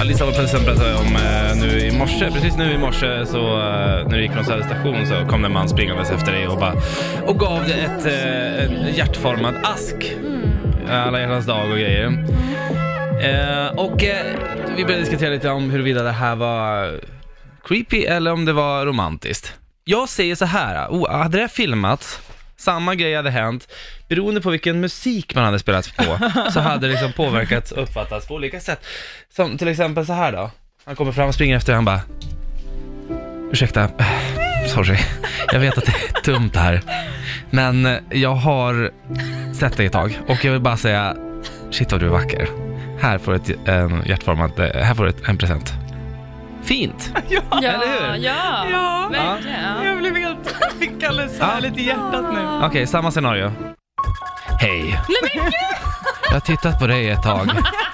Lisa Olsson pratade om nu i morse. Precis nu i morse så när du gick från Södra station så kom en man springandes efter dig och gav dig ett hjärtformad ask. Alla hjärtans dag och grejer. Vi började diskutera lite om huruvida det här var creepy eller om det var romantiskt. Jag säger så här, hade det filmats, samma grej hade hänt, beroende på vilken musik man hade spelat på så hade det liksom påverkats och uppfattats på olika sätt. Som till exempel så här då. Han kommer fram och springer efter och han bara: ursäkta, sorry, jag vet att det är dumt här, men jag har sett dig ett tag och jag vill bara säga, shit vad du är vacker. Här får du hjärtformat, här får du en present. Fint. Ja, eller hur? Ja. Verkligen. Jag blev helt, fick alldeles härligt i hjärtat nu. Okej, samma scenario. Hej. Jag har tittat på dig ett tag.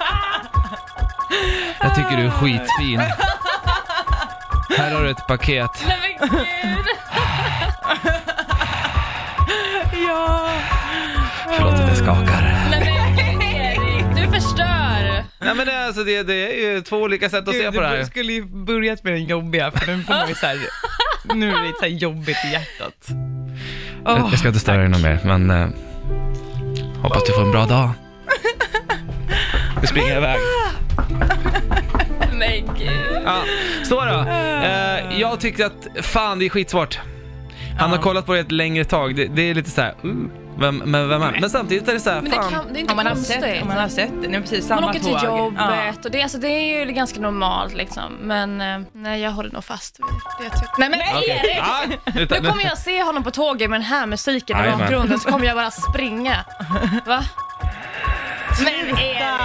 Jag tycker du är skitfin. Här har du ett paket. Nej men gud. Ja. Förlåt att jag skakar. Nej men Erik, du förstör. Nej men det är ju två olika sätt att se på det här. Du skulle ju börjat med den jobbiga, för nu får man ju så här, nu är det så här jobbigt i hjärtat. Jag ska inte störa dig något mer, men hoppas du får en bra dag. Vi springer iväg. Men gud. Ja, så då. Jag tyckte att fan det är skitsvårt. Han har kollat på det ett längre tag. Det är lite så här, vem är? Men samtidigt är det så här, Men fan. det är inte Om man har konstigt. sett, det är precis samma Man åker till tåg. jobbet och det är ju ganska normalt liksom. Men nej, jag håller nog fast vid det jag tycker. Nej men Erik! Nu kommer jag se honom på tåget med den här musiken i bakgrunden, så kommer jag bara springa. Va? Men Erik!